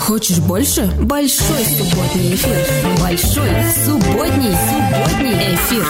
Хочешь больше? Большой субботний эфир. Большой субботний эфир.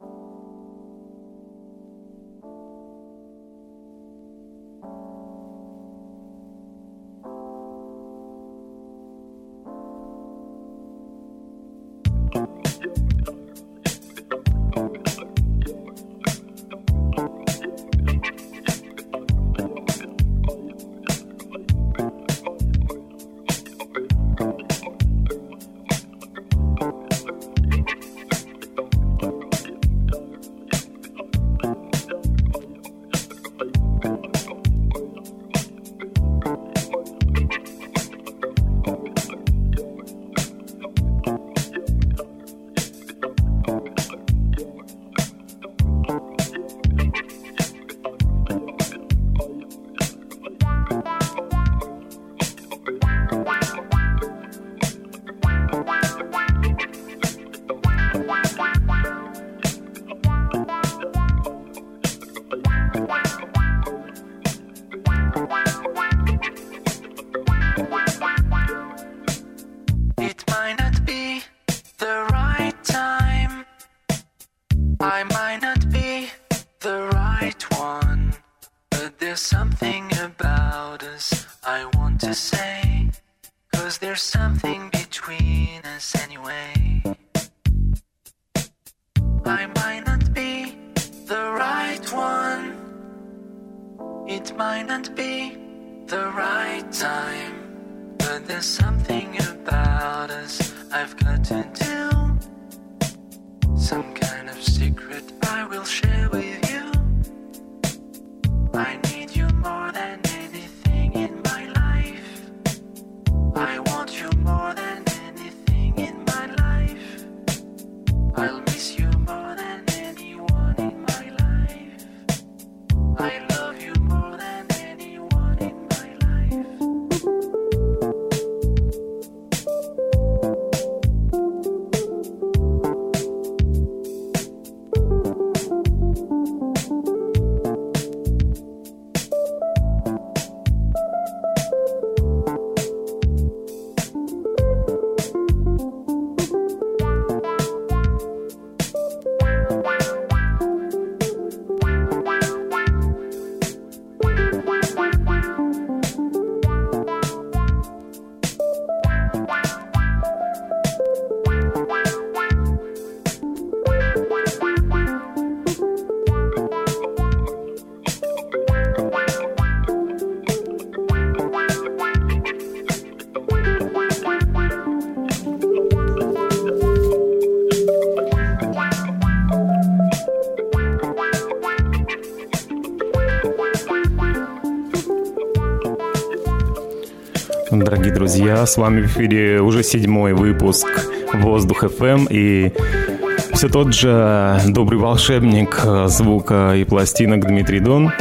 Дорогие друзья, с вами в эфире уже 7-й выпуск Воздух FM, и все тот же добрый волшебник звука и пластинок Дмитрий Дон.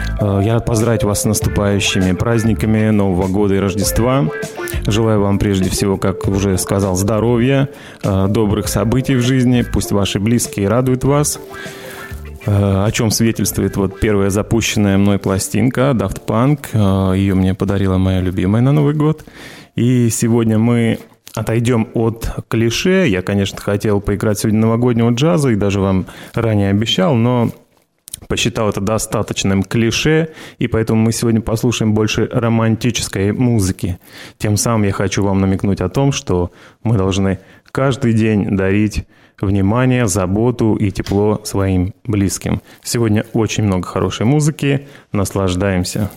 Я рад поздравить вас с наступающими праздниками Нового года и Рождества. Желаю вам прежде всего, как уже сказал, здоровья, добрых событий в жизни, пусть ваши близкие радуют вас. О чем свидетельствует вот первая запущенная мной пластинка Daft Punk. Ее мне подарила моя любимая на Новый год. И сегодня мы отойдем от клише. Я, конечно, хотел поиграть сегодня новогоднего джаза и даже вам ранее обещал, но посчитал это достаточным клише, и поэтому мы сегодня послушаем больше романтической музыки. Тем самым я хочу вам намекнуть о том, что мы должны каждый день дарить внимание, заботу и тепло своим близким. Сегодня очень много хорошей музыки. Наслаждаемся.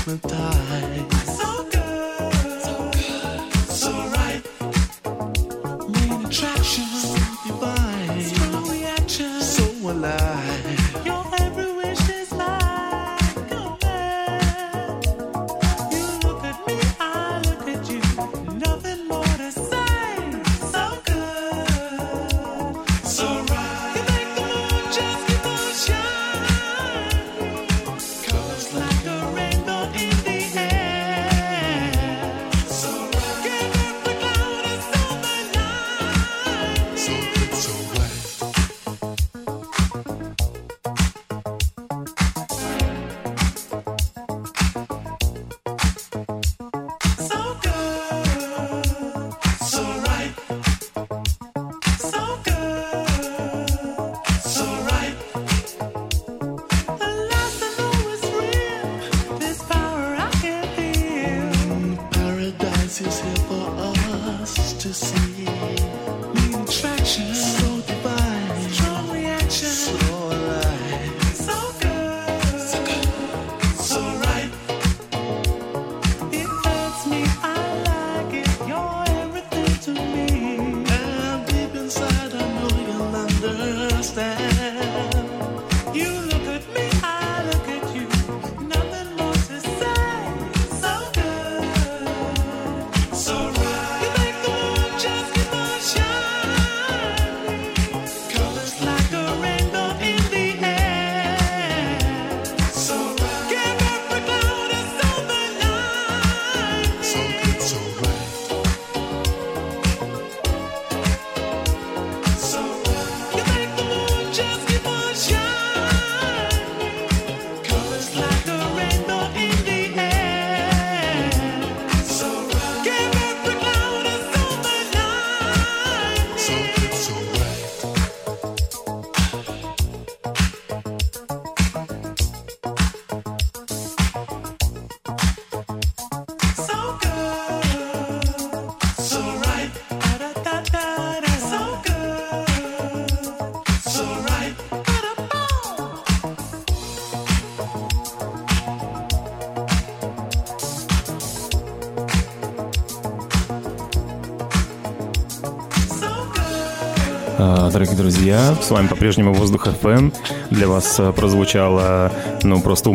Дорогие друзья, с вами по-прежнему Воздух FM. Для вас прозвучала, просто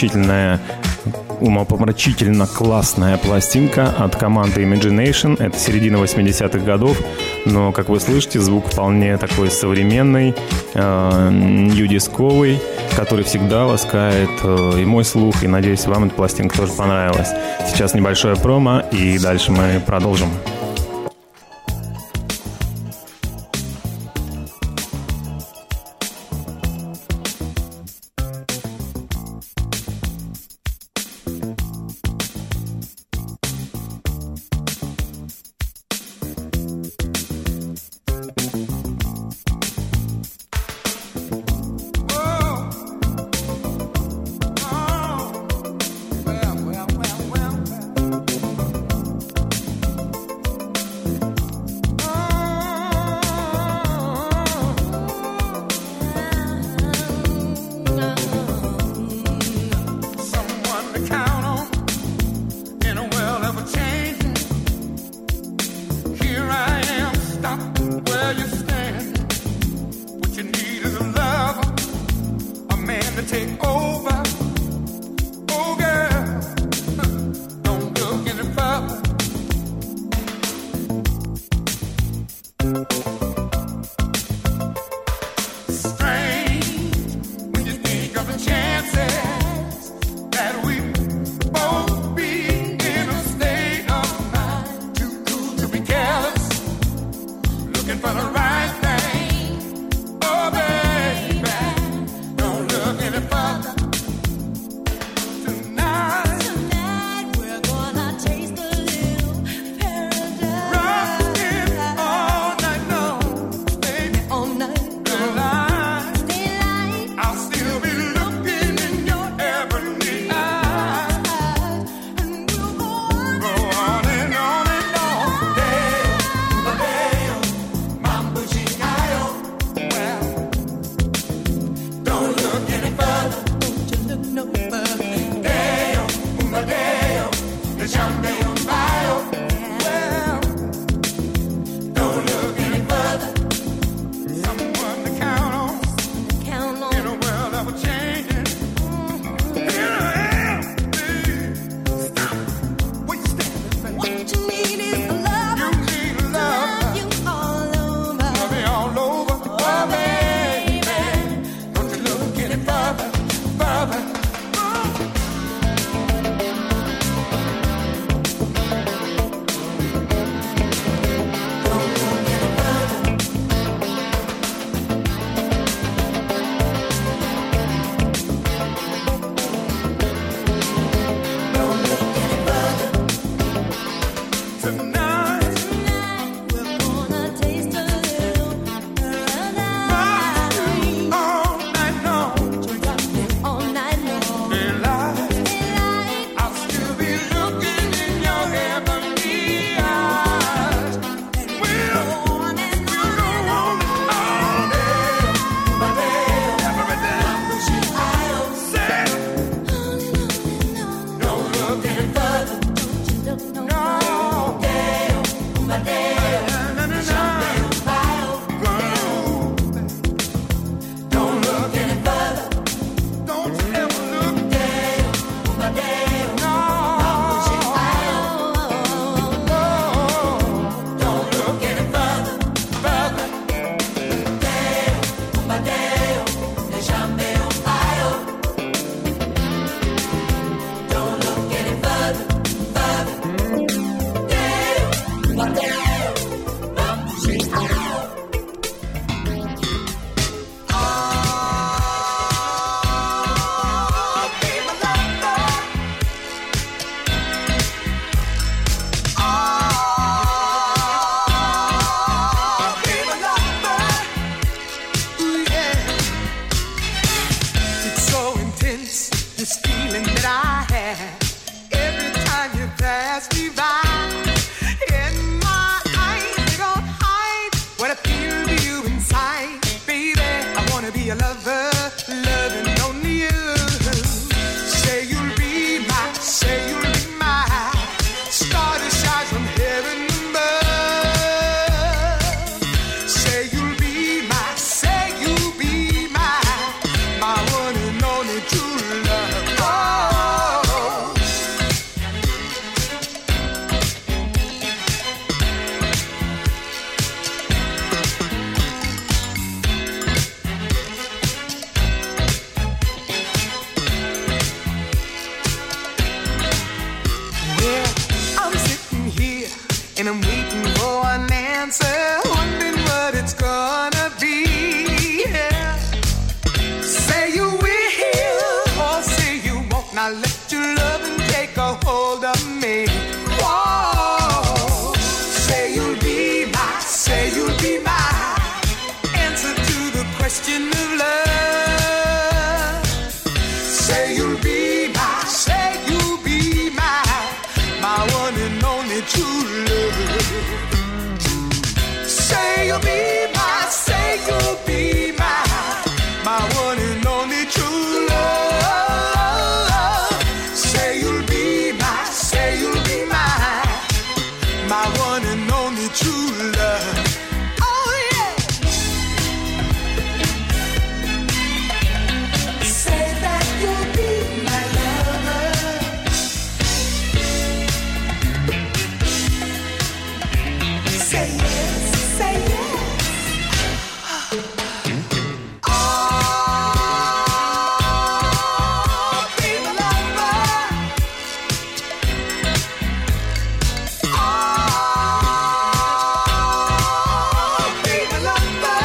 умопомрачительно классная пластинка от команды Imagination. Это середина 80-х годов, но, как вы слышите, звук вполне такой современный, нью-дисковый, который всегда ласкает и мой слух, и, надеюсь, вам эта пластинка тоже понравилась. Сейчас небольшое промо, и дальше мы продолжим. and I'm waiting for an answer, wondering what it's gonna be. Yeah. Say you will, or say you won't. Now let your loving take a hold of me. Whoa. Say you'll be my, say you'll be my answer to the question of love. Say you'll be my, say you'll be my one and only true love. Say you'll be my, say you'll be my one and only true love. Say you'll be my, say you'll be my one and only true love. Oh yeah. Say that you'll be my lover. Say yes, say yes. Oh, be my lover. Oh, be my lover.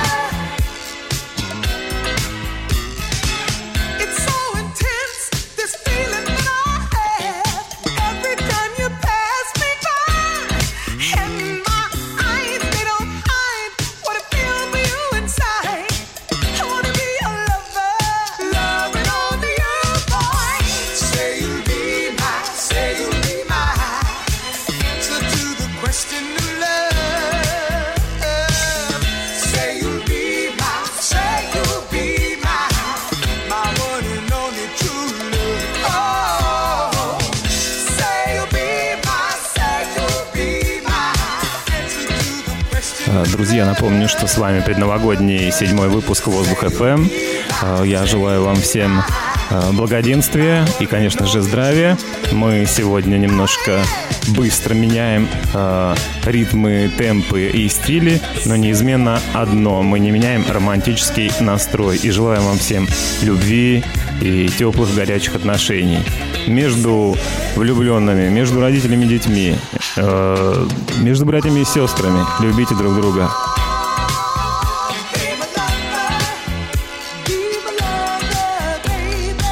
It's so intense, this feeling that I have every time you pass me by. And my eyes, they don't hide what I feel for you inside. I wanna be your lover, loving only you, boy. Say you'll be my, say you'll be my answer to the question of love. Say you'll be my, say you'll be my one and only true love. Oh, say you'll be my, say you'll be my answer to the question. Друзья, напомню, что с вами предновогодний 7-й выпуск «Воздух FM». Я желаю вам всем благоденствия и, конечно же, здравия. Мы сегодня немножко быстро меняем ритмы, темпы и стили, но неизменно одно: мы не меняем романтический настрой. И желаем вам всем любви и теплых горячих отношений между влюбленными, между родителями и детьми, между братьями и сестрами. Любите друг друга. Be my lover, be my lover, baby.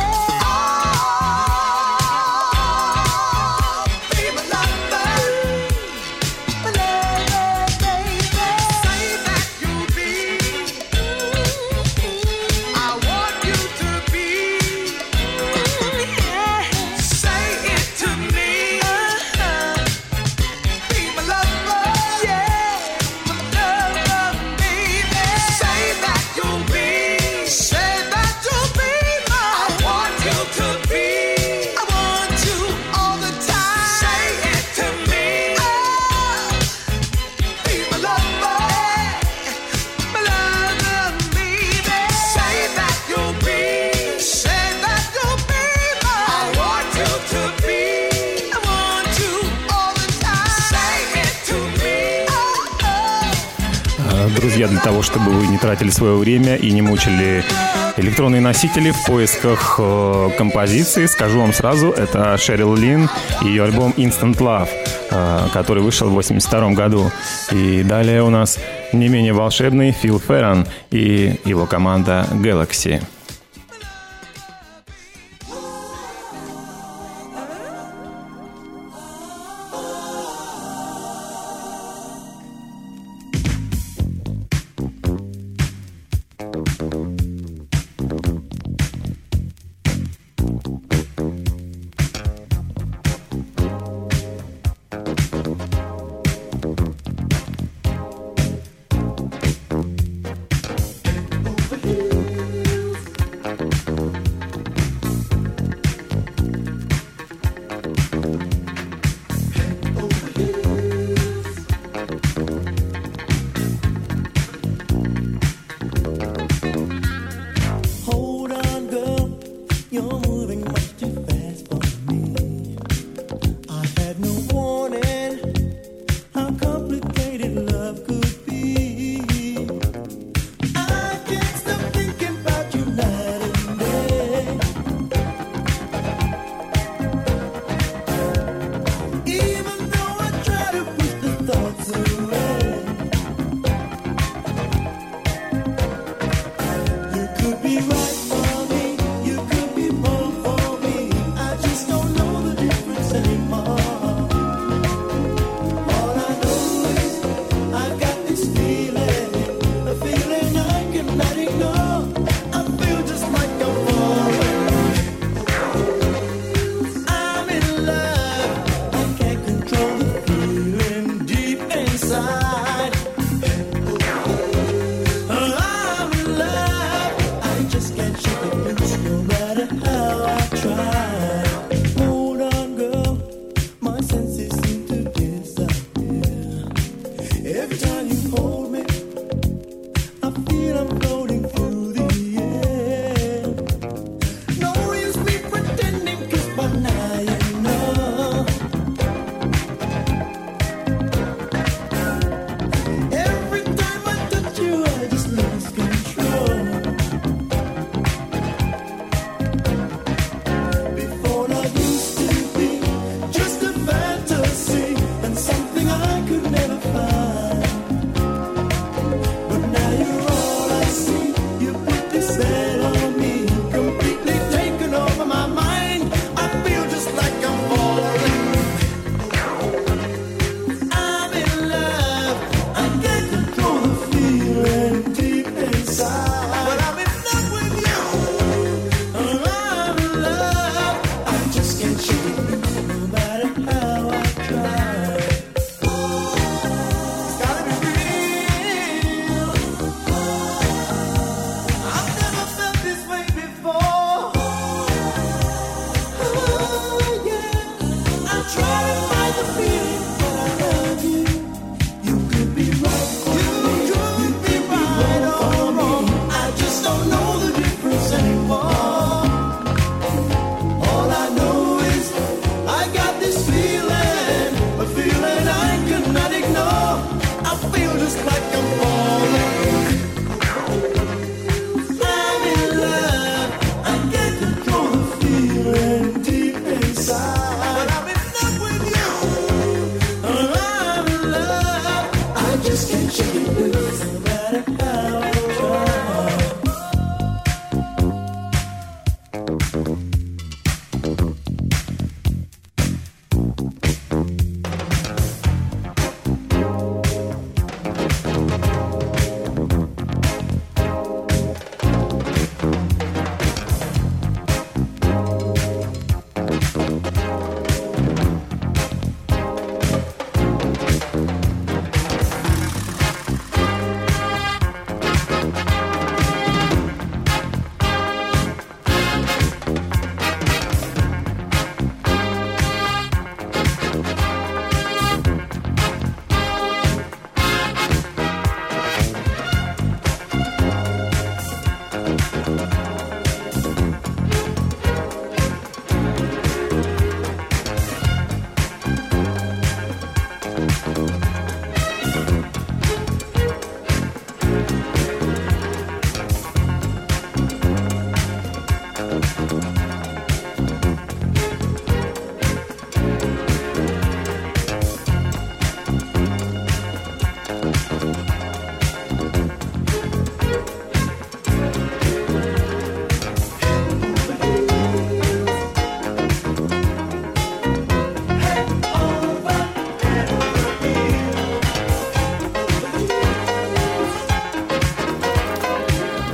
Be my lover, baby. Say that you'll be. I want you to be. Say it to me. Be my lover, yeah, my lover, baby. Say that you'll be, say that you'll be my. I want you to be, I want you all the time. Say it to me, be my lover, baby. Say that you'll be, say that you'll be my. I want you to be, I want you all the time. Say it to me. Друзья, для того, чтобы вы не тратили свое время и не мучили электронные носители в поисках композиции, скажу вам сразу, это Шерил Лин и ее альбом Instant Love, который вышел в 1982 году. И далее у нас не менее волшебный Фил Ферран и его команда Galaxy.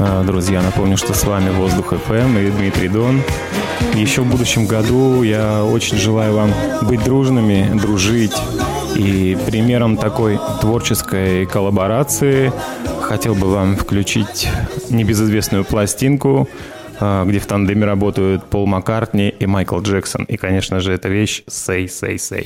Друзья, напомню, что с вами Воздух ФМ и Дмитрий Дон. Еще в будущем году я очень желаю вам быть дружными, дружить. И примером такой творческой коллаборации хотел бы вам включить небезызвестную пластинку, где в тандеме работают Пол Маккартни и Майкл Джексон. И, конечно же, эта вещь «Say, Say, Say».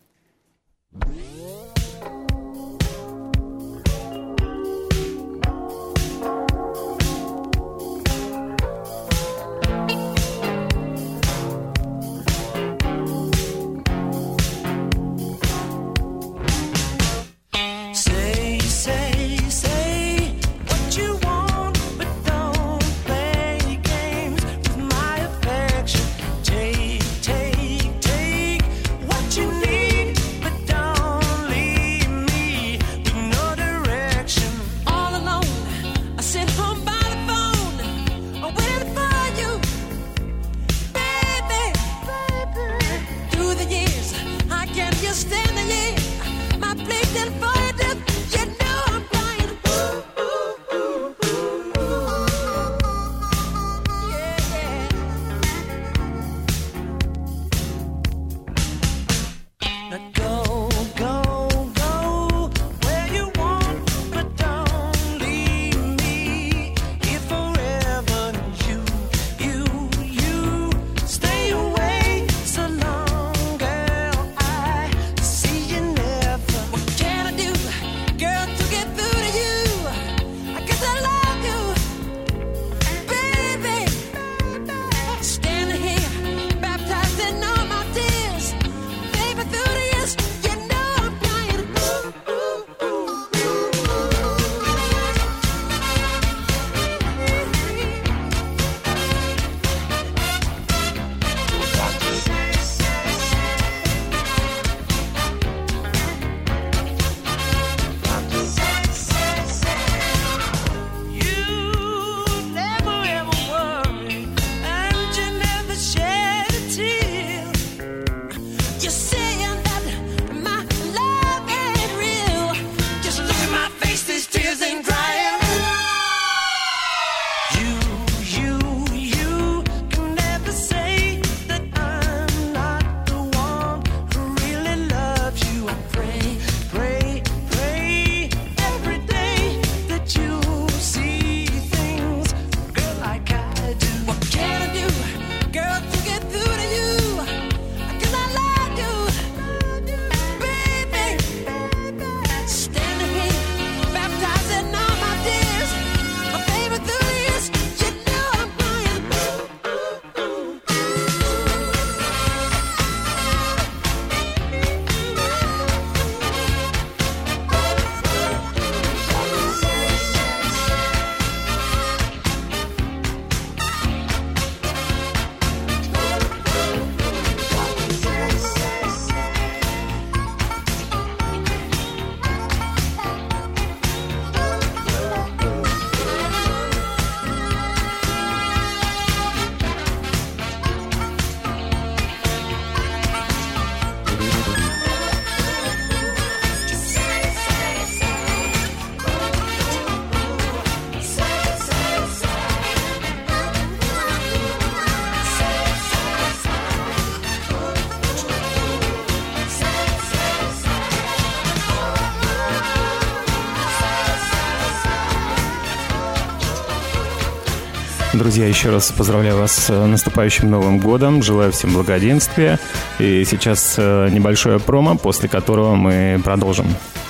Друзья, еще раз поздравляю вас с наступающим Новым годом. Желаю всем благоденствия. И сейчас небольшое промо, после которого мы продолжим.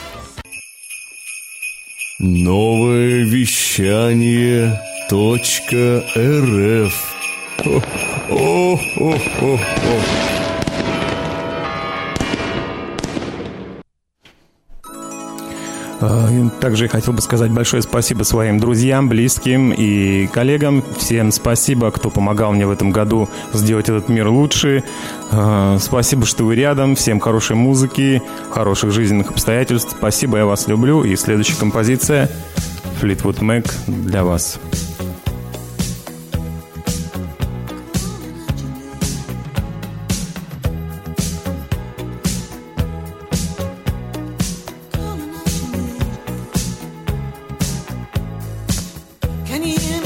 Новое вещание .рф. Также я хотел бы сказать большое спасибо своим друзьям, близким и коллегам. Всем спасибо, кто помогал мне в этом году сделать этот мир лучше. Спасибо, что вы рядом. Всем хорошей музыки, хороших жизненных обстоятельств. Спасибо, я вас люблю. И следующая композиция Fleetwood Mac для вас. Can you hear me?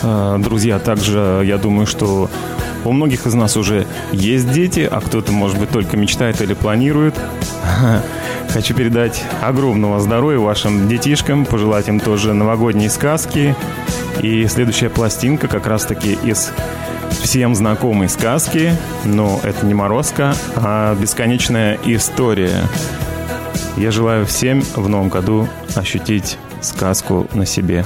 Друзья, также я думаю, что у многих из нас уже есть дети, а кто-то, может быть, только мечтает или планирует. Хочу передать огромного здоровья вашим детишкам, пожелать им тоже новогодние сказки. И следующая пластинка как раз-таки из всем знакомой сказки, но это не «Морозко», а «Бесконечная история». Я желаю всем в новом году ощутить сказку на себе.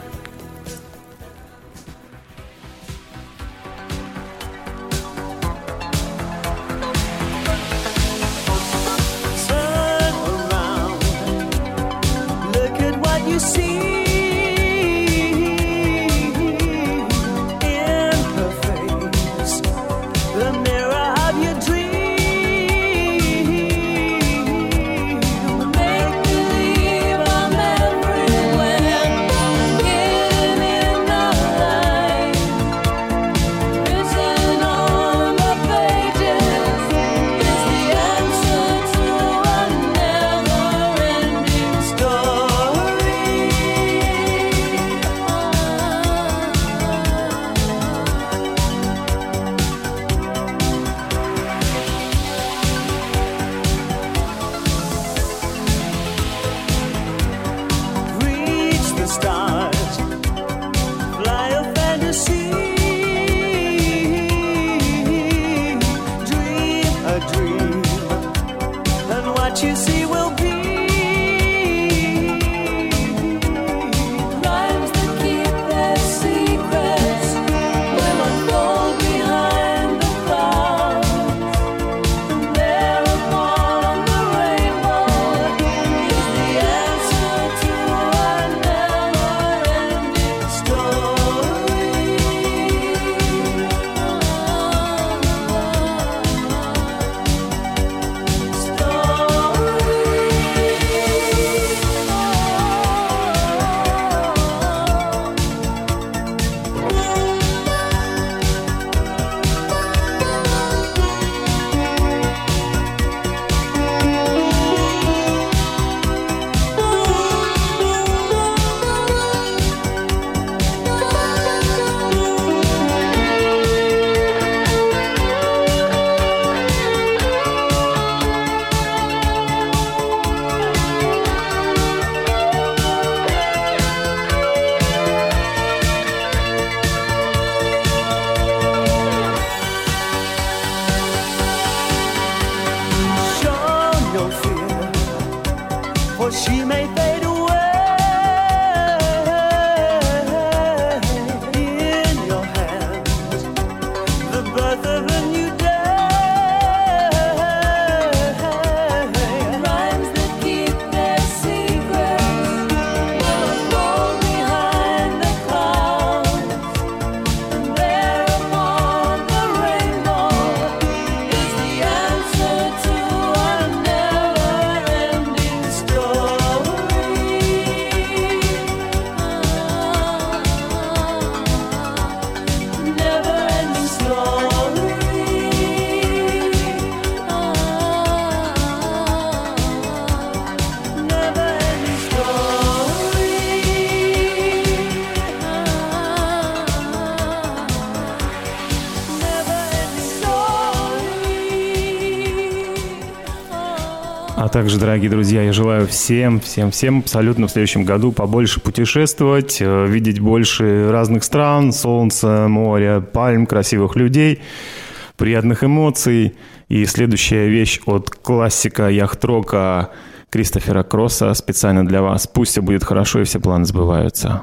А также, дорогие друзья, я желаю всем абсолютно в следующем году побольше путешествовать, видеть больше разных стран, солнца, моря, пальм, красивых людей, приятных эмоций. И следующая вещь от классика яхт-рока Кристофера Кросса специально для вас. Пусть все будет хорошо и все планы сбываются.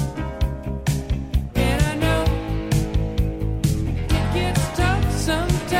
Sometimes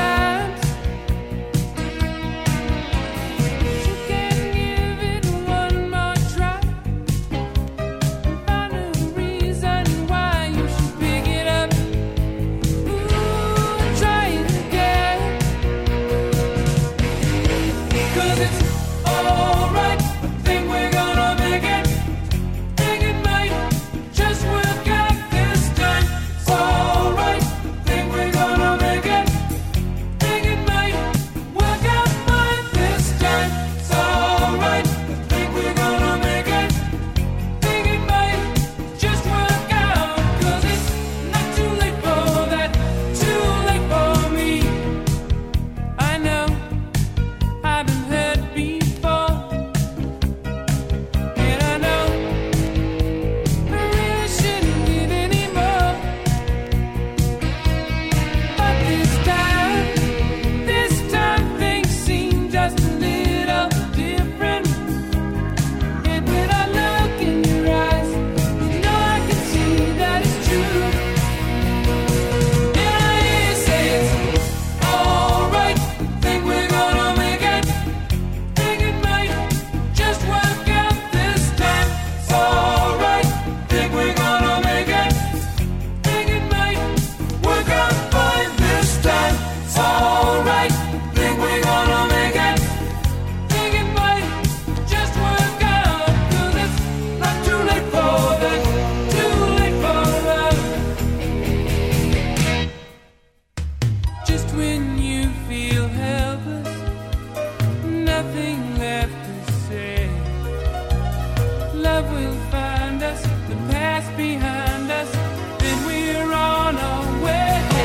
love will find us, the past behind us, then we're on our way.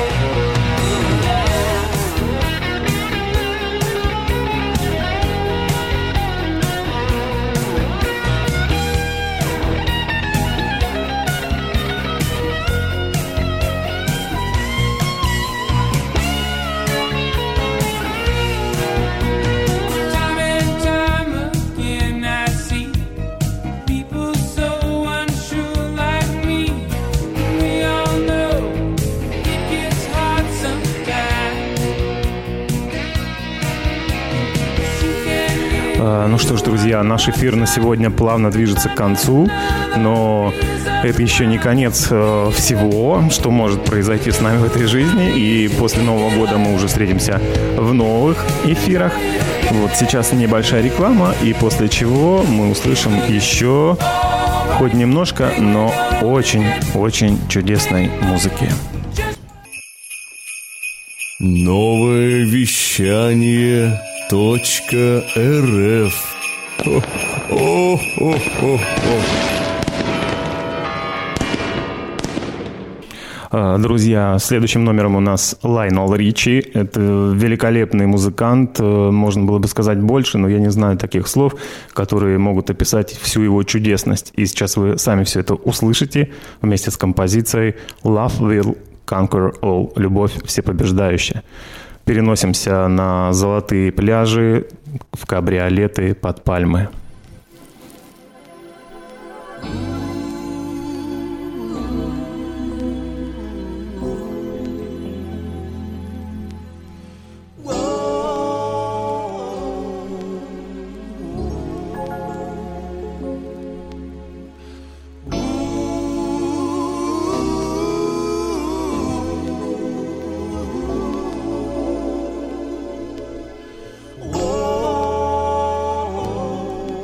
Time and time again I see people so unsure like me. We all know it gets hard sometimes. Ну что ж, друзья, наш эфир на сегодня плавно движется к концу, но это еще не конец всего, что может произойти с нами в этой жизни. И после Нового года мы уже встретимся в новых эфирах. Вот сейчас небольшая реклама, и после чего мы услышим еще хоть немножко, но очень-очень чудесной музыки. Новое вещание .рф. Друзья, следующим номером у нас Лайонел Ричи. Это великолепный музыкант. Можно было бы сказать больше, но я не знаю таких слов, которые могут описать всю его чудесность. И сейчас вы сами все это услышите вместе с композицией Love Will Conquer All. Любовь всепобеждающая. Переносимся на золотые пляжи, в кабриолеты под пальмы. Oh,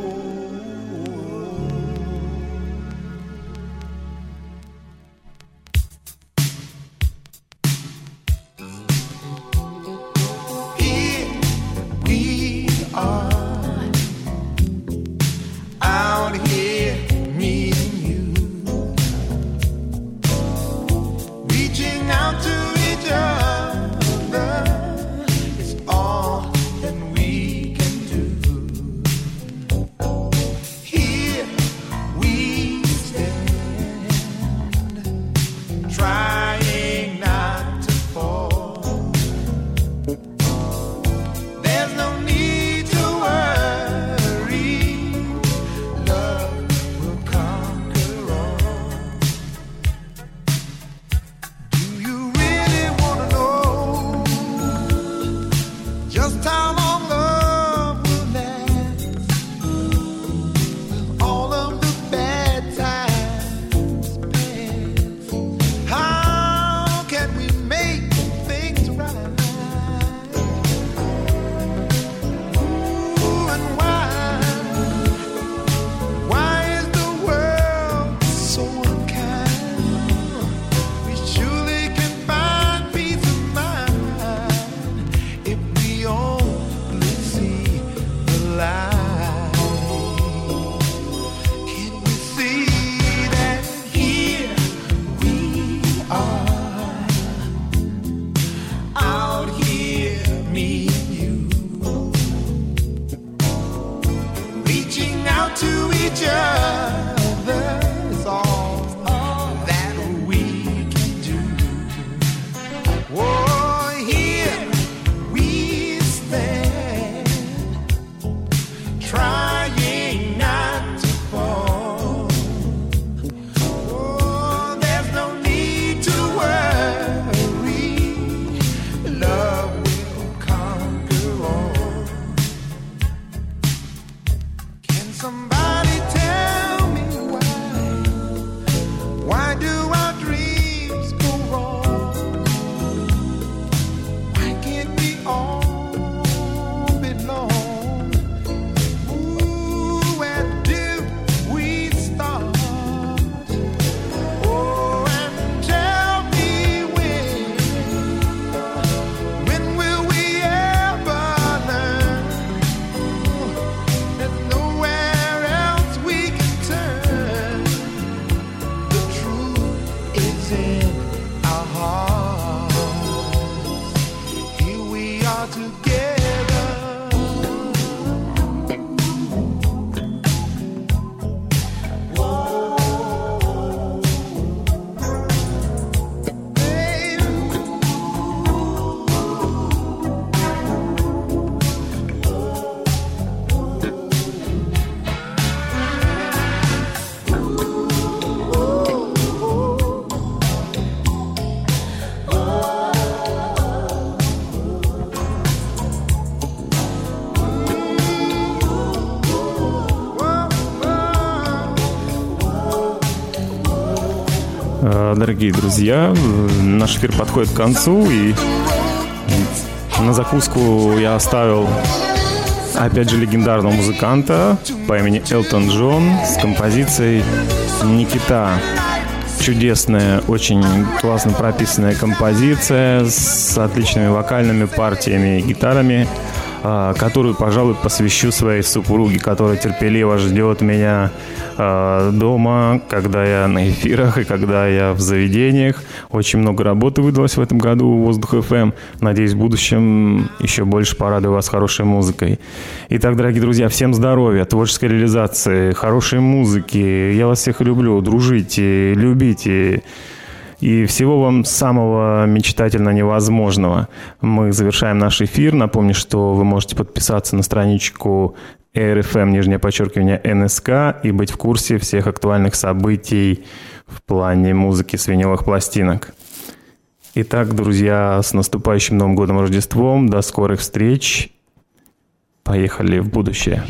Дорогие друзья, наш эфир подходит к концу, и на закуску я оставил, опять же, легендарного музыканта по имени Элтон Джон с композицией «Никита». Чудесная, очень классно прописанная композиция с отличными вокальными партиями и гитарами, которую, пожалуй, посвящу своей супруге, которая терпеливо ждет меня дома, когда я на эфирах и когда я в заведениях. Очень много работы выдалось в этом году у Воздух ФМ. Надеюсь, в будущем еще больше порадую вас хорошей музыкой. Итак, дорогие друзья, всем здоровья, творческой реализации, хорошей музыки. Я вас всех люблю. Дружите, любите. И всего вам самого мечтательно невозможного. Мы завершаем наш эфир. Напомню, что вы можете подписаться на страничку @RFM _NSK и быть в курсе всех актуальных событий в плане музыки с виниловых пластинок. Итак, друзья, с наступающим Новым годом, Рождеством. До скорых встреч. Поехали в будущее.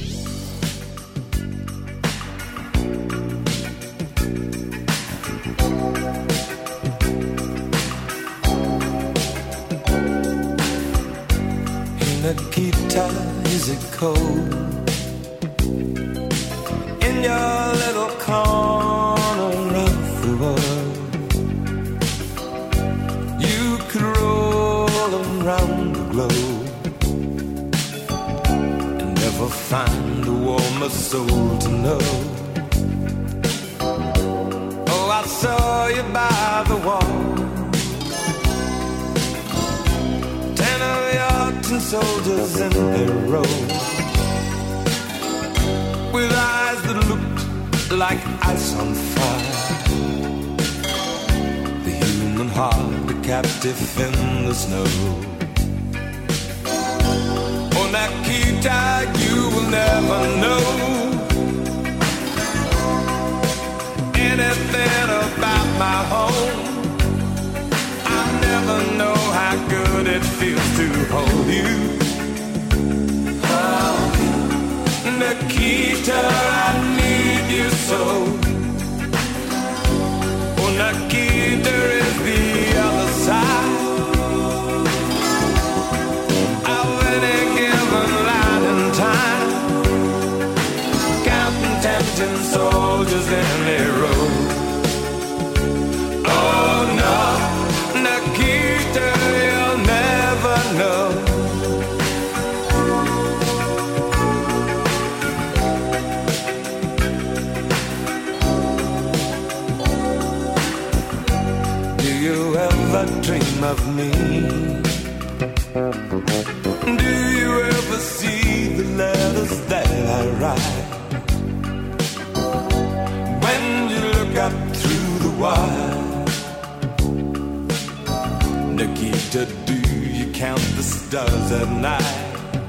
Nikita, is it cold in your little corner of the world? You could roll around the globe and never find a warmer soul to know. Oh, I saw you by the wall, 10 of your tin soldiers in their row, with eyes that looked like ice on fire. The human heart, a captive in the snow. Oh, Nikita, you will never know anything about my home. I never know how good it feels to hold you. Oh, Nikita, I need you so. Oh, Nikita is the other side of any given light and time, counting 10 soldiers in their row. Oh no, Nikita, you'll never know. Do you ever dream of me? Do you ever see the letters that I write? When you look up through the wire, Nikita, do you count the stars at night?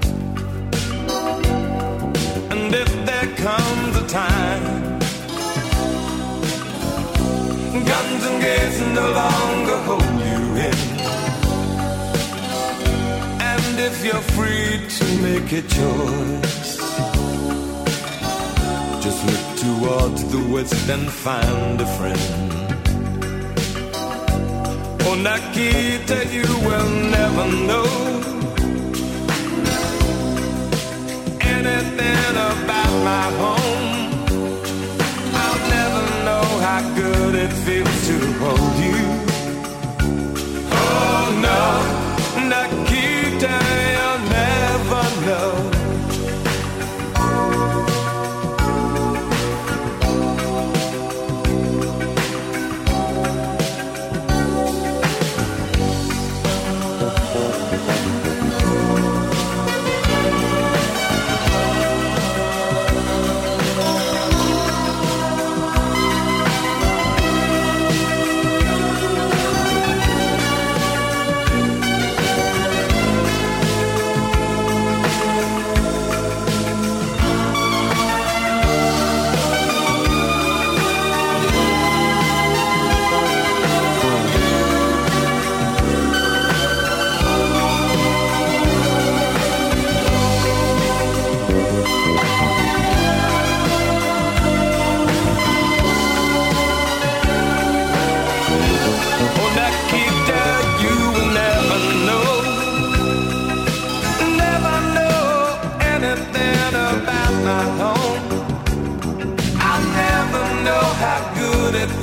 And if there comes a time guns and gates no longer hold you in, and if you're free to make a choice, just look towards the west and find a friend. Oh, Nikita, you will never know anything about my home. I'll never know how good it feels to hold you. Oh no, Nikita, you'll never know.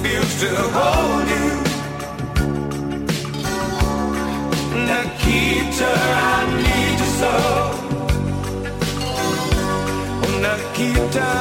feels to hold you. Nikita, I need you so. Nikita.